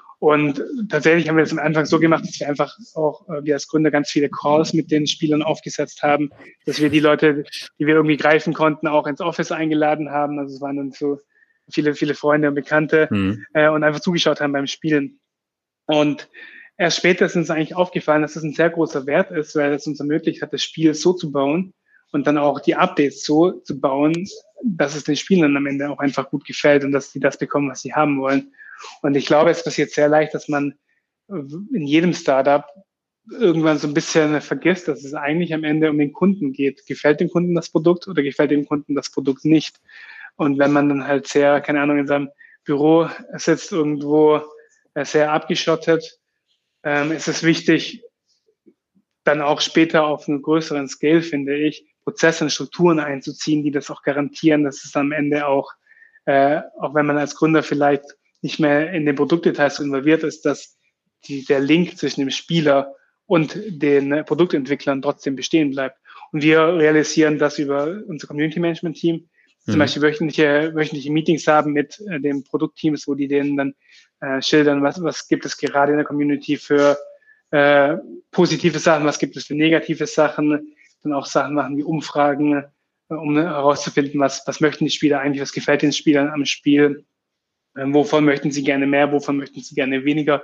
Und tatsächlich haben wir das am Anfang so gemacht, dass wir einfach auch, wir als Gründer ganz viele Calls mit den Spielern aufgesetzt haben, dass wir die Leute, die wir irgendwie greifen konnten, auch ins Office eingeladen haben. Also es waren dann so viele, viele Freunde und Bekannte mhm. äh, und einfach zugeschaut haben beim Spielen. Und erst später ist uns eigentlich aufgefallen, dass das ein sehr großer Wert ist, weil es uns ermöglicht hat, das Spiel so zu bauen und dann auch die Updates so zu bauen, dass es den Spielern am Ende auch einfach gut gefällt und dass sie das bekommen, was sie haben wollen. Und ich glaube, es passiert sehr leicht, dass man in jedem Startup irgendwann so ein bisschen vergisst, dass es eigentlich am Ende um den Kunden geht. Gefällt dem Kunden das Produkt oder gefällt dem Kunden das Produkt nicht? Und wenn man dann halt sehr, keine Ahnung, in seinem Büro sitzt, irgendwo sehr abgeschottet, ähm, ist es wichtig, dann auch später auf einem größeren Scale, finde ich, Prozesse und Strukturen einzuziehen, die das auch garantieren, dass es am Ende auch, äh, auch wenn man als Gründer vielleicht nicht mehr in den Produktdetails involviert ist, dass die, der Link zwischen dem Spieler und den Produktentwicklern trotzdem bestehen bleibt. Und wir realisieren das über unser Community Management Team. Mhm. Zum Beispiel wöchentliche, wöchentliche Meetings haben mit äh, den Produktteams, wo die denen dann äh, schildern, was, was gibt es gerade in der Community für äh, positive Sachen, was gibt es für negative Sachen, dann auch Sachen machen wie Umfragen, äh, um herauszufinden, was, was möchten die Spieler eigentlich, was gefällt den Spielern am Spiel. Wovon möchten sie gerne mehr, wovon möchten sie gerne weniger?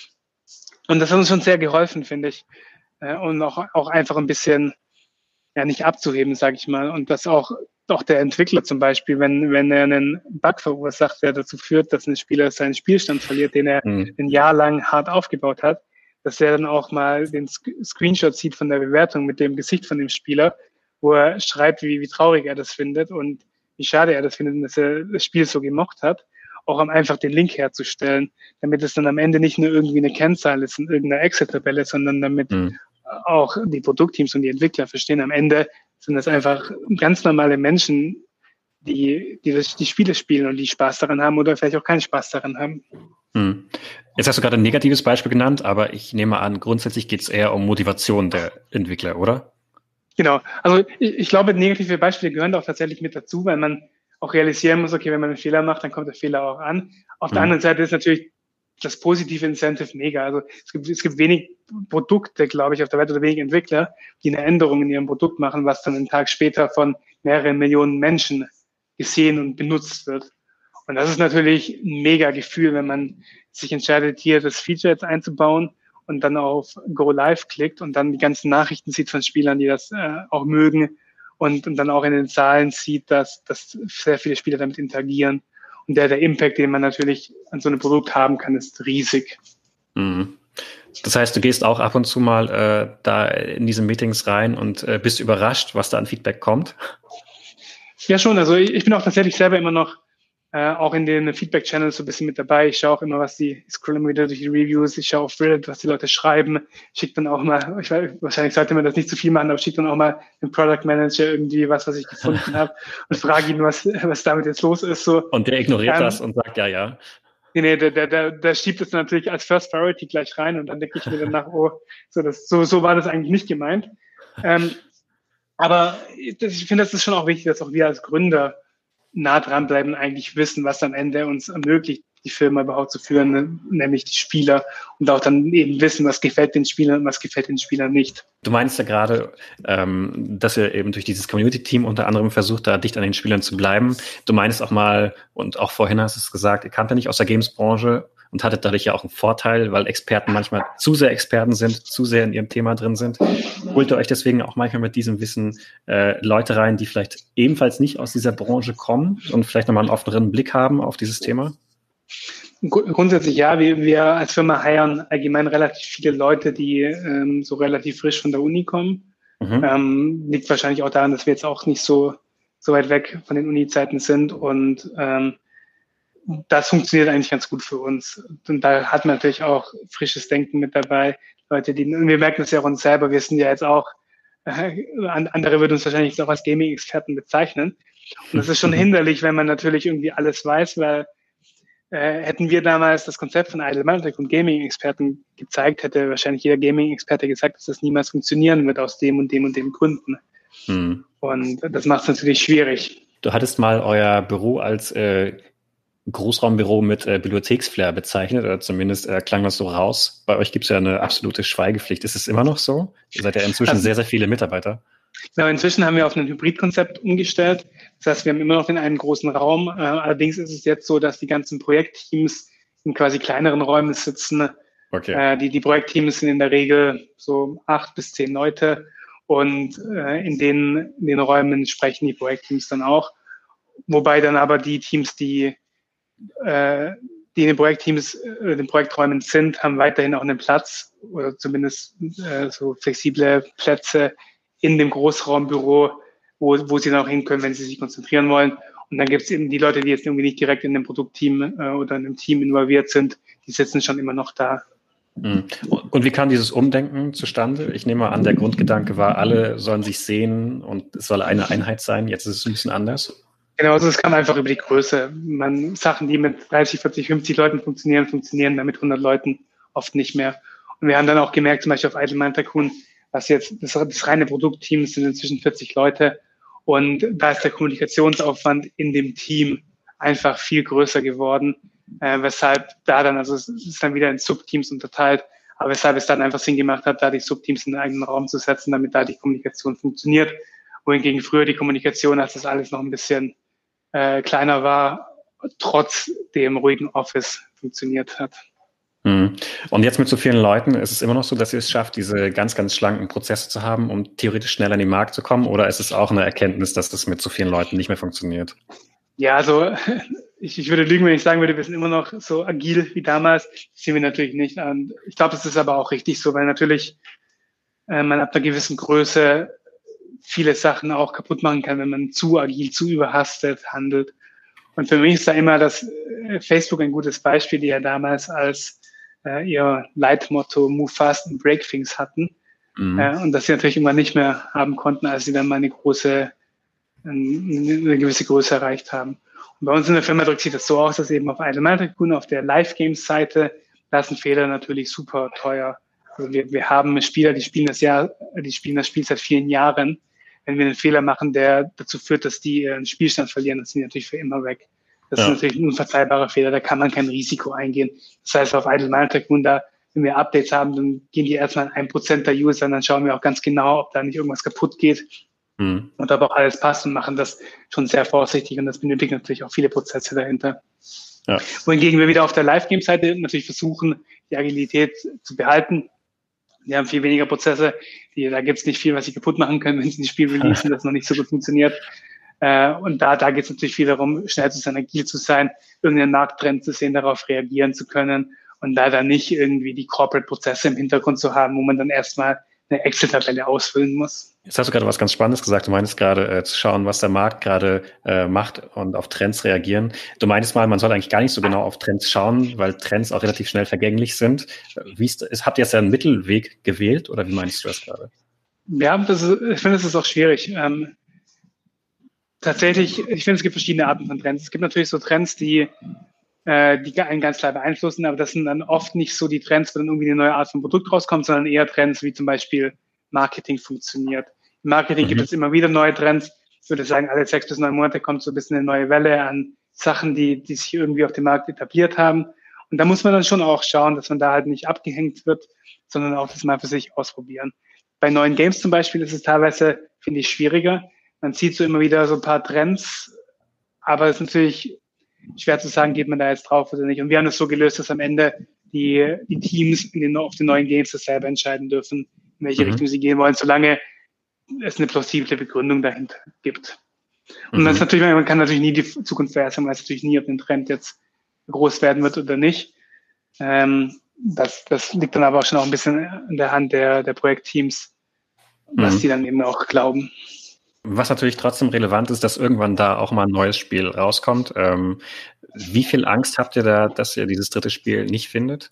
Und das hat uns schon sehr geholfen, finde ich. Und auch, auch einfach ein bisschen, ja, nicht abzuheben, sage ich mal. Und dass auch, auch der Entwickler zum Beispiel, wenn, wenn er einen Bug verursacht, der dazu führt, dass ein Spieler seinen Spielstand verliert, den er mhm. ein Jahr lang hart aufgebaut hat, dass er dann auch mal den Screenshot sieht von der Bewertung mit dem Gesicht von dem Spieler, wo er schreibt, wie, wie traurig er das findet und wie schade er das findet, dass er das Spiel so gemocht hat. Auch um einfach den Link herzustellen, damit es dann am Ende nicht nur irgendwie eine Kennzahl ist in irgendeiner Excel-Tabelle, sondern damit mhm. auch die Produktteams und die Entwickler verstehen, am Ende sind das einfach ganz normale Menschen, die, die das, die Spiele spielen und die Spaß daran haben oder vielleicht auch keinen Spaß daran haben. Mhm. Jetzt hast du gerade ein negatives Beispiel genannt, aber ich nehme an, grundsätzlich geht es eher um Motivation der Entwickler, oder? Genau. Also ich, ich glaube, negative Beispiele gehören auch tatsächlich mit dazu, weil man auch realisieren muss, okay, wenn man einen Fehler macht, dann kommt der Fehler auch an. Auf mhm. der anderen Seite ist natürlich das positive Incentive mega. Also es gibt, es gibt wenig Produkte, glaube ich, auf der Welt oder wenig Entwickler, die eine Änderung in ihrem Produkt machen, was dann einen Tag später von mehreren Millionen Menschen gesehen und benutzt wird. Und das ist natürlich ein mega Gefühl, wenn man sich entscheidet, hier das Feature jetzt einzubauen und dann auf Go Live klickt und dann die ganzen Nachrichten sieht von Spielern, die das äh, auch mögen. Und, und dann auch in den Zahlen sieht, dass, dass sehr viele Spieler damit interagieren. Und der, der Impact, den man natürlich an so einem Produkt haben kann, ist riesig. Mhm. Das heißt, du gehst auch ab und zu mal äh, da in diese Meetings rein und äh, bist überrascht, was da an Feedback kommt? Ja, schon. Also ich, ich bin auch tatsächlich selber immer noch äh, auch in den Feedback-Channels so ein bisschen mit dabei. Ich schaue auch immer, was die, ich scroll immer wieder durch die Reviews, ich schaue auf Reddit, was die Leute schreiben, schicke dann auch mal, ich weiß, wahrscheinlich sollte man das nicht zu viel machen, aber schicke dann auch mal dem Product Manager irgendwie was, was ich gefunden habe und frage ihn, was, was damit jetzt los ist. So. Und der ignoriert ähm, das und sagt, ja, ja. Nee, nee, der, der, der, der schiebt es natürlich als First Priority gleich rein und dann denke ich mir danach, oh, so, das, so, so war das eigentlich nicht gemeint. Ähm, aber das, ich finde, das ist schon auch wichtig, dass auch wir als Gründer nah dranbleiben und eigentlich wissen, was am Ende uns ermöglicht, die Firma überhaupt zu führen, ne? Nämlich die Spieler und auch dann eben wissen, was gefällt den Spielern und was gefällt den Spielern nicht. Du meinst ja gerade, ähm, dass ihr eben durch dieses Community-Team unter anderem versucht, da dicht an den Spielern zu bleiben. Du meinst auch mal, und auch vorhin hast du es gesagt, ihr kamt ja nicht aus der Games-Branche und hattet dadurch ja auch einen Vorteil, weil Experten manchmal zu sehr Experten sind, zu sehr in ihrem Thema drin sind. Holt ihr euch deswegen auch manchmal mit diesem Wissen äh, Leute rein, die vielleicht ebenfalls nicht aus dieser Branche kommen und vielleicht nochmal einen offeneren Blick haben auf dieses Thema? Grundsätzlich ja, wir, wir als Firma heiern allgemein relativ viele Leute, die ähm, so relativ frisch von der Uni kommen. Mhm. Ähm, liegt wahrscheinlich auch daran, dass wir jetzt auch nicht so, so weit weg von den Uni-Zeiten sind und ähm, das funktioniert eigentlich ganz gut für uns. Und da hat man natürlich auch frisches Denken mit dabei. Leute, die, und wir merken das ja auch uns selber, wir sind ja jetzt auch, äh, andere würden uns wahrscheinlich jetzt auch als Gaming-Experten bezeichnen. Und das ist schon hinderlich, wenn man natürlich irgendwie alles weiß, weil äh, hätten wir damals das Konzept von Idle Mantic und Gaming-Experten gezeigt, hätte wahrscheinlich jeder Gaming-Experte gesagt, dass das niemals funktionieren wird aus dem und dem und dem Gründen. Hm. Und das macht es natürlich schwierig. Du hattest mal euer Büro als äh, Großraumbüro mit äh, Bibliotheksflair bezeichnet, oder zumindest äh, klang das so raus. Bei euch gibt es ja eine absolute Schweigepflicht. Ist es immer noch so? Ihr seid ja inzwischen also, sehr, sehr viele Mitarbeiter. Genau, inzwischen haben wir auf ein Hybridkonzept umgestellt. Das heißt, wir haben immer noch den einen großen Raum. Äh, allerdings ist es jetzt so, dass die ganzen Projektteams in quasi kleineren Räumen sitzen. Okay. Äh, die, die Projektteams sind in der Regel so acht bis zehn Leute. Und äh, in, den, in den Räumen sprechen die Projektteams dann auch. Wobei dann aber die Teams, die äh, die in den Projektteams, äh, den Projekträumen sind, haben weiterhin auch einen Platz oder zumindest äh, so flexible Plätze in dem Großraumbüro, wo, wo sie dann auch hin können, wenn sie sich konzentrieren wollen. Und dann gibt es eben die Leute, die jetzt irgendwie nicht direkt in dem Produktteam äh, oder in einem Team involviert sind, die sitzen schon immer noch da. Und wie kam dieses Umdenken zustande? Ich nehme an, der Grundgedanke war, alle sollen sich sehen und es soll eine Einheit sein. Jetzt ist es ein bisschen anders. Genau, also es kam einfach über die Größe. Man, Sachen, die mit dreißig, vierzig, fünfzig Leuten funktionieren, funktionieren dann mit hundert Leuten oft nicht mehr. Und wir haben dann auch gemerkt, zum Beispiel auf Idle Mind Tycoon, was jetzt das, das reine Produktteam sind inzwischen vierzig Leute. Und da ist der Kommunikationsaufwand in dem Team einfach viel größer geworden, äh, weshalb da dann, also es ist dann wieder in Subteams unterteilt, aber weshalb es dann einfach Sinn gemacht hat, da die Subteams in den eigenen Raum zu setzen, damit da die Kommunikation funktioniert. Wohingegen früher die Kommunikation, als das alles noch ein bisschen äh, kleiner war, trotz dem ruhigen Office funktioniert hat. Und jetzt mit so vielen Leuten, ist es immer noch so, dass ihr es schafft, diese ganz, ganz schlanken Prozesse zu haben, um theoretisch schnell an den Markt zu kommen? Oder ist es auch eine Erkenntnis, dass das mit so vielen Leuten nicht mehr funktioniert? Ja, also ich, ich würde lügen, wenn ich sagen würde, wir sind immer noch so agil wie damals. Das sind wir natürlich nicht. Und ich glaube, das ist aber auch richtig so, weil natürlich äh, man ab einer gewissen Größe viele Sachen auch kaputt machen kann, wenn man zu agil, zu überhastet handelt. Und für mich ist da immer das Facebook ein gutes Beispiel, die ja damals als äh, ihr Leitmotto Move Fast and Break Things hatten. Mhm. Äh, und das sie natürlich immer nicht mehr haben konnten, als sie dann mal eine große, eine gewisse Größe erreicht haben. Und bei uns in der Firma drückt sich das so aus, dass eben auf Idle Mind Tycoon, auf der Live-Games-Seite, da sind Fehler natürlich super teuer. Also wir, wir haben Spieler, die spielen das Jahr, die spielen das Spiel seit vielen Jahren. Wenn wir einen Fehler machen, der dazu führt, dass die ihren Spielstand verlieren, dann sind die natürlich für immer weg. Das ja. ist natürlich ein unverzeihbarer Fehler, da kann man kein Risiko eingehen. Das heißt, auf Idle Mind Tycoon, da, wenn wir Updates haben, dann gehen die erstmal an ein Prozent der User, dann schauen wir auch ganz genau, ob da nicht irgendwas kaputt geht mhm. und ob auch alles passt und machen das schon sehr vorsichtig und das benötigt natürlich auch viele Prozesse dahinter. Ja. Wohingegen wir wieder auf der Live-Game-Seite natürlich versuchen, die Agilität zu behalten. Wir haben viel weniger Prozesse, die, da gibt es nicht viel, was sie kaputt machen können, wenn sie ein Spiel releasen, das noch nicht so gut funktioniert. Äh, und da, da geht es natürlich viel darum, schnell zu sein, agil zu sein, irgendeinen Markttrend zu sehen, darauf reagieren zu können und da dann nicht irgendwie die Corporate-Prozesse im Hintergrund zu haben, wo man dann erstmal eine Excel-Tabelle ausfüllen muss. Jetzt hast du gerade was ganz Spannendes gesagt. Du meinst gerade äh, zu schauen, was der Markt gerade äh, macht und auf Trends reagieren. Du meintest mal, man soll eigentlich gar nicht so genau auf Trends schauen, weil Trends auch relativ schnell vergänglich sind. Wie ist, ist, habt ihr jetzt ja einen Mittelweg gewählt oder wie meinst du das gerade? Ja, das ist, ich finde, das ist auch schwierig. Ähm, tatsächlich, ich finde, es gibt verschiedene Arten von Trends. Es gibt natürlich so Trends, die äh, die einen ganz klar beeinflussen, aber das sind dann oft nicht so die Trends, wo dann irgendwie eine neue Art von Produkt rauskommt, sondern eher Trends, wie zum Beispiel Marketing funktioniert. Im Marketing mhm. gibt es immer wieder neue Trends. Ich würde sagen, alle sechs bis neun Monate kommt so ein bisschen eine neue Welle an Sachen, die, die sich irgendwie auf dem Markt etabliert haben. Und da muss man dann schon auch schauen, dass man da halt nicht abgehängt wird, sondern auch das mal für sich ausprobieren. Bei neuen Games zum Beispiel ist es teilweise, finde ich, schwieriger. Man sieht so immer wieder so ein paar Trends, aber es ist natürlich schwer zu sagen, geht man da jetzt drauf oder nicht. Und wir haben das so gelöst, dass am Ende die, die Teams in den, auf den neuen Games das selber entscheiden dürfen, in welche mhm. Richtung sie gehen wollen, solange es eine plausible Begründung dahinter gibt. Und mhm. das ist natürlich, man kann natürlich nie die Zukunft vorhersagen, man weiß natürlich nie, ob ein Trend jetzt groß werden wird oder nicht. Ähm, das, das liegt dann aber auch schon auch ein bisschen in der Hand der, der Projektteams, was mhm. die dann eben auch glauben. Was natürlich trotzdem relevant ist, dass irgendwann da auch mal ein neues Spiel rauskommt. Ähm, wie viel Angst habt ihr da, dass ihr dieses dritte Spiel nicht findet?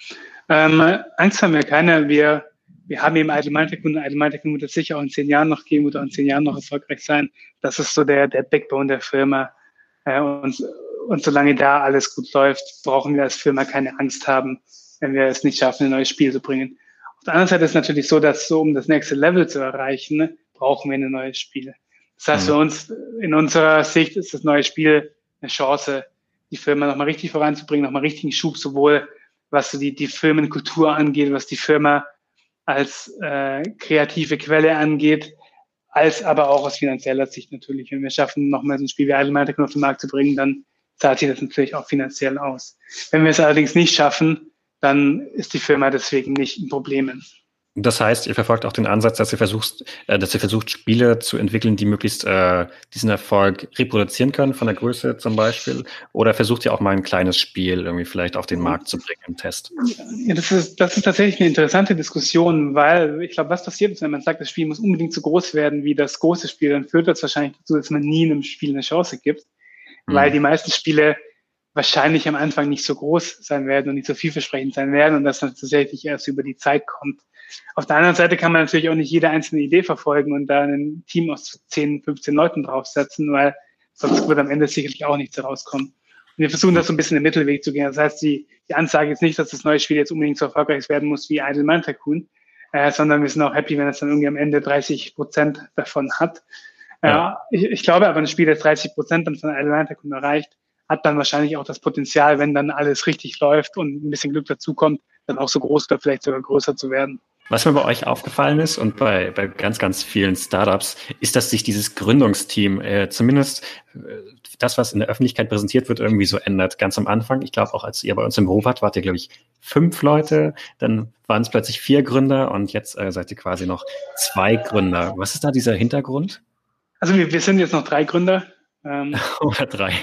Ähm, Angst haben wir keine. Wir, wir haben eben Idle Mind Tycoon. Idle Mind Tycoon wird es sicher auch in zehn Jahren noch geben, wird auch in zehn Jahren noch erfolgreich sein. Das ist so der, der Backbone der Firma. Äh, und, und solange da alles gut läuft, brauchen wir als Firma keine Angst haben, wenn wir es nicht schaffen, ein neues Spiel zu bringen. Auf der anderen Seite ist es natürlich so, dass so, um das nächste Level zu erreichen, brauchen wir ein neues Spiel. Das heißt, für uns, in unserer Sicht ist das neue Spiel eine Chance, die Firma nochmal richtig voranzubringen, nochmal richtigen Schub, sowohl was so die, die Firmenkultur angeht, was die Firma als äh, kreative Quelle angeht, als aber auch aus finanzieller Sicht natürlich. Wenn wir schaffen, nochmal so ein Spiel wie Idle Mind Tycoon auf den Markt zu bringen, dann zahlt sich das natürlich auch finanziell aus. Wenn wir es allerdings nicht schaffen, dann ist die Firma deswegen nicht in Problemen. Das heißt, ihr verfolgt auch den Ansatz, dass ihr versucht, äh, dass ihr versucht, Spiele zu entwickeln, die möglichst äh, diesen Erfolg reproduzieren können, von der Größe zum Beispiel, oder versucht ihr auch mal ein kleines Spiel irgendwie vielleicht auf den Markt zu bringen im Test? Ja, das ist, das ist tatsächlich eine interessante Diskussion, weil ich glaube, was passiert ist, wenn man sagt, das Spiel muss unbedingt so groß werden wie das große Spiel, dann führt das wahrscheinlich dazu, dass man nie einem Spiel eine Chance gibt, mhm. weil die meisten Spiele wahrscheinlich am Anfang nicht so groß sein werden und nicht so vielversprechend sein werden und das dann tatsächlich erst über die Zeit kommt. Auf der anderen Seite kann man natürlich auch nicht jede einzelne Idee verfolgen und da ein Team aus zehn, fünfzehn Leuten draufsetzen, weil sonst wird am Ende sicherlich auch nichts herauskommen. Und wir versuchen das so ein bisschen im Mittelweg zu gehen. Das heißt, die, die Ansage ist nicht, dass das neue Spiel jetzt unbedingt so erfolgreich werden muss wie Idle Mind Tycoon, äh, sondern wir sind auch happy, wenn es dann irgendwie am Ende dreißig Prozent davon hat. Ja. Äh, ich, ich glaube aber, ein Spiel, das dreißig Prozent dann von Idle Mind Tycoon erreicht, hat dann wahrscheinlich auch das Potenzial, wenn dann alles richtig läuft und ein bisschen Glück dazukommt, dann auch so groß oder vielleicht sogar größer zu werden. Was mir bei euch aufgefallen ist und bei, bei ganz, ganz vielen Startups, ist, dass sich dieses Gründungsteam, äh, zumindest äh, das, was in der Öffentlichkeit präsentiert wird, irgendwie so ändert. Ganz am Anfang, ich glaube auch, als ihr bei uns im Büro wart, wart ihr, glaube ich, fünf Leute, dann waren es plötzlich vier Gründer und jetzt äh, seid ihr quasi noch zwei Gründer. Was ist da dieser Hintergrund? Also wir, wir sind jetzt noch drei Gründer. Ähm, Oder drei.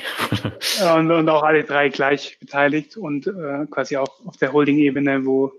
und, und auch alle drei gleich beteiligt und äh, quasi auch auf der Holding-Ebene, wo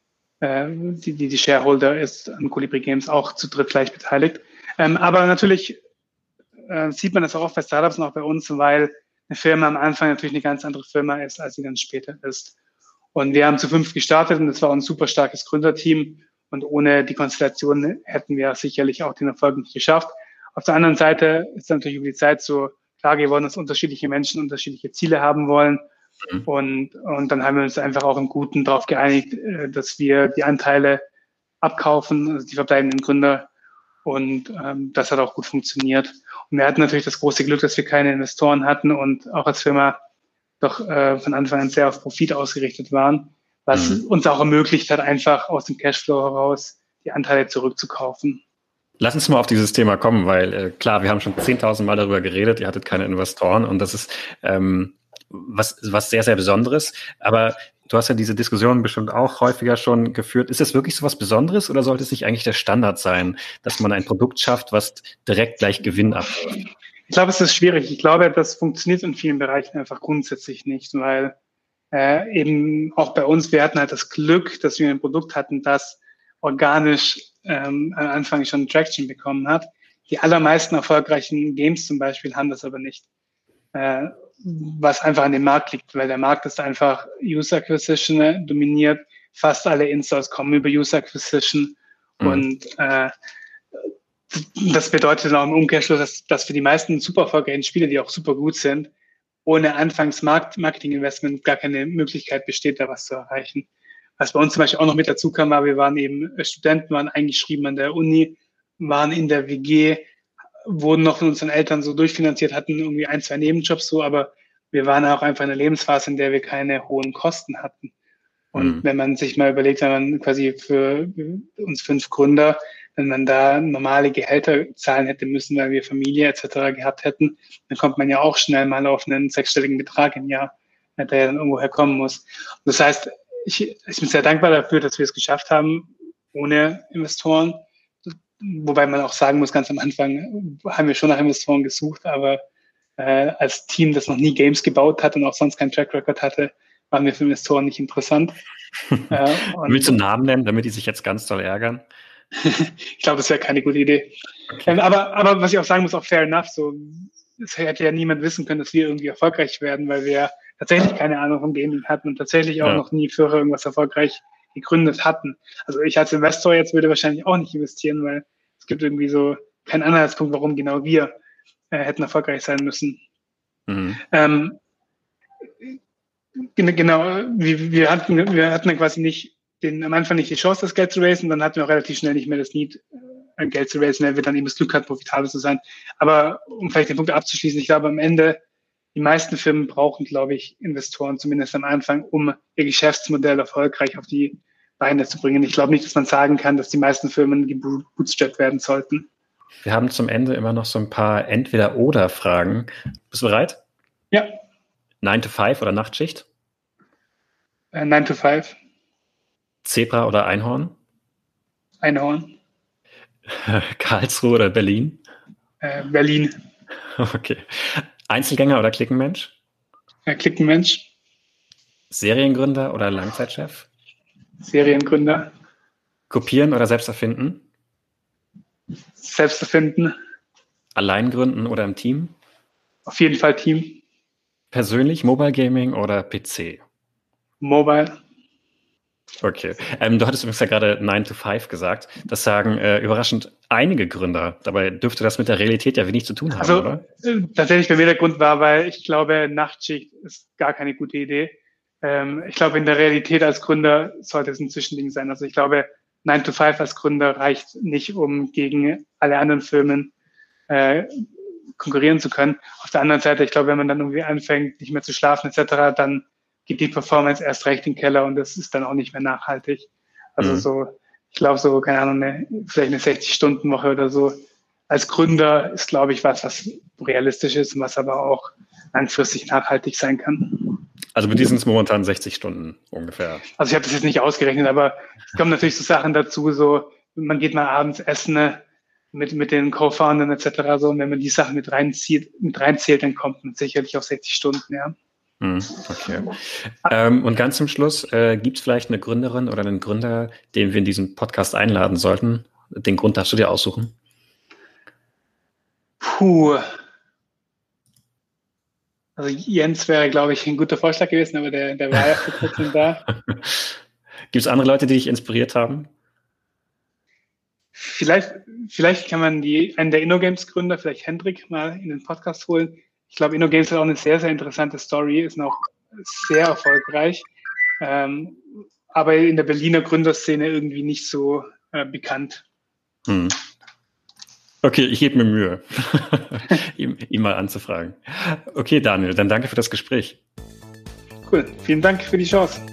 die, die, die Shareholder ist an Colibri Games auch zu dritt gleich beteiligt. Ähm, aber natürlich äh, sieht man das auch oft bei Startups und auch bei uns, weil eine Firma am Anfang natürlich eine ganz andere Firma ist, als sie dann später ist. Und wir haben zu fünf gestartet und das war ein super starkes Gründerteam und ohne die Konstellation hätten wir sicherlich auch den Erfolg nicht geschafft. Auf der anderen Seite ist natürlich über die Zeit so klar geworden, dass unterschiedliche Menschen unterschiedliche Ziele haben wollen. Mhm. Und, und dann haben wir uns einfach auch im Guten darauf geeinigt, dass wir die Anteile abkaufen, also die verbleibenden Gründer. Und ähm, das hat auch gut funktioniert. Und wir hatten natürlich das große Glück, dass wir keine Investoren hatten und auch als Firma doch äh, von Anfang an sehr auf Profit ausgerichtet waren, was mhm. uns auch ermöglicht hat, einfach aus dem Cashflow heraus die Anteile zurückzukaufen. Lass uns mal auf dieses Thema kommen, weil äh, klar, wir haben schon zehntausend Mal darüber geredet, ihr hattet keine Investoren und das ist ähm, was, was sehr, sehr Besonderes. Aber du hast ja diese Diskussion bestimmt auch häufiger schon geführt. Ist das wirklich so was Besonderes oder sollte es nicht eigentlich der Standard sein, dass man ein Produkt schafft, was direkt gleich Gewinn abwirft? Ich glaube, es ist schwierig. Ich glaube, das funktioniert in vielen Bereichen einfach grundsätzlich nicht, weil äh, eben auch bei uns, wir hatten halt das Glück, dass wir ein Produkt hatten, das organisch ähm, am Anfang schon Traction bekommen hat. Die allermeisten erfolgreichen Games zum Beispiel haben das aber nicht, äh, was einfach an dem Markt liegt, weil der Markt ist einfach User Acquisition äh, dominiert. Fast alle Installs kommen über User Acquisition mhm. und äh, das bedeutet dann auch im Umkehrschluss, dass, dass für die meisten super erfolgreichen Spiele, die auch super gut sind, ohne Anfangs-Marketing-Investment gar keine Möglichkeit besteht, da was zu erreichen. Was bei uns zum Beispiel auch noch mit dazu kam, war, wir waren eben Studenten, waren eingeschrieben an der Uni, waren in der W G, wurden noch von unseren Eltern so durchfinanziert, hatten irgendwie ein, zwei Nebenjobs so, aber wir waren auch einfach in einer Lebensphase, in der wir keine hohen Kosten hatten. Und mhm. wenn man sich mal überlegt, wenn man quasi für uns fünf Gründer, wenn man da normale Gehälter zahlen hätte müssen, weil wir Familie et cetera gehabt hätten, dann kommt man ja auch schnell mal auf einen sechsstelligen Betrag im Jahr, der ja dann irgendwo herkommen muss. Und das heißt, ich, ich bin sehr dankbar dafür, dass wir es geschafft haben, ohne Investoren. Wobei man auch sagen muss, ganz am Anfang haben wir schon nach Investoren gesucht, aber äh, als Team, das noch nie Games gebaut hat und auch sonst keinen Track Record hatte, waren wir für Investoren nicht interessant. äh, Willst du einen Namen nennen, damit die sich jetzt ganz doll ärgern? Ich glaube, das wäre keine gute Idee. Okay. Ähm, aber, aber was ich auch sagen muss, auch fair enough, so, es hätte ja niemand wissen können, dass wir irgendwie erfolgreich werden, weil wir tatsächlich keine Ahnung vom Gaming hatten und tatsächlich auch ja. noch nie für irgendwas erfolgreich gegründet hatten. Also ich als Investor jetzt würde wahrscheinlich auch nicht investieren, weil es gibt irgendwie so keinen Anhaltspunkt, warum genau wir äh, hätten erfolgreich sein müssen. Mhm. Ähm, genau, wir, wir hatten, wir hatten dann quasi nicht den, am Anfang nicht die Chance, das Geld zu raisen, dann hatten wir auch relativ schnell nicht mehr das Need, äh, Geld zu raisen, weil wir dann eben das Glück hatten, profitabel zu sein. Aber um vielleicht den Punkt abzuschließen, ich glaube am Ende, die meisten Firmen brauchen, glaube ich, Investoren, zumindest am Anfang, um ihr Geschäftsmodell erfolgreich auf die Beine zu bringen. Ich glaube nicht, dass man sagen kann, dass die meisten Firmen gebootstrapped werden sollten. Wir haben zum Ende immer noch so ein paar Entweder-Oder-Fragen. Bist du bereit? Ja. nine to five oder Nachtschicht? Äh, nine to five. Zebra oder Einhorn? Einhorn. Karlsruhe oder Berlin? Äh, Berlin. Okay. Einzelgänger oder Klickenmensch? Äh, Klickenmensch. Seriengründer oder Langzeitchef? Seriengründer. Kopieren oder selbst erfinden? Selbst erfinden. Allein gründen oder im Team? Auf jeden Fall Team. Persönlich, Mobile Gaming oder P C? Mobile. Okay. Ähm, du hattest übrigens ja gerade nine to five gesagt. Das sagen äh, überraschend einige Gründer. Dabei dürfte das mit der Realität ja wenig zu tun haben, also, oder? Äh, tatsächlich bei mir der Grund war, weil ich glaube, Nachtschicht ist gar keine gute Idee. Ähm, ich glaube, in der Realität als Gründer sollte es ein Zwischending sein. Also ich glaube, nine to five als Gründer reicht nicht, um gegen alle anderen Firmen äh, konkurrieren zu können. Auf der anderen Seite, ich glaube, wenn man dann irgendwie anfängt, nicht mehr zu schlafen et cetera, dann geht die Performance erst recht in den Keller und das ist dann auch nicht mehr nachhaltig. Also mhm. so, ich glaube so, keine Ahnung, eine, vielleicht eine sechzig-Stunden-Woche oder so. Als Gründer ist, glaube ich, was, was realistisch ist und was aber auch langfristig nachhaltig sein kann. Also mit diesen momentan sechzig Stunden ungefähr. Also ich habe das jetzt nicht ausgerechnet, aber es kommen natürlich so Sachen dazu, so man geht mal abends essen mit mit den Co-Foundern et cetera. So, und wenn man die Sachen mit reinzieht, mit reinzählt, dann kommt man sicherlich auf sechzig Stunden, ja. Okay. Ähm, und ganz zum Schluss, äh, gibt es vielleicht eine Gründerin oder einen Gründer, den wir in diesen Podcast einladen sollten? Den Grund darfst du dir aussuchen. Puh. Also Jens wäre, glaube ich, ein guter Vorschlag gewesen, aber der, der war ja vor kurzem da. Gibt es andere Leute, die dich inspiriert haben? Vielleicht, vielleicht kann man die, einen der InnoGames-Gründer, vielleicht Hendrik, mal in den Podcast holen. Ich glaube, InnoGames hat auch eine sehr, sehr interessante Story, ist noch sehr erfolgreich, ähm, aber in der Berliner Gründerszene irgendwie nicht so äh, bekannt. Hm. Okay, ich gebe mir Mühe, ihn, ihn mal anzufragen. Okay, Daniel, dann danke für das Gespräch. Cool, vielen Dank für die Chance.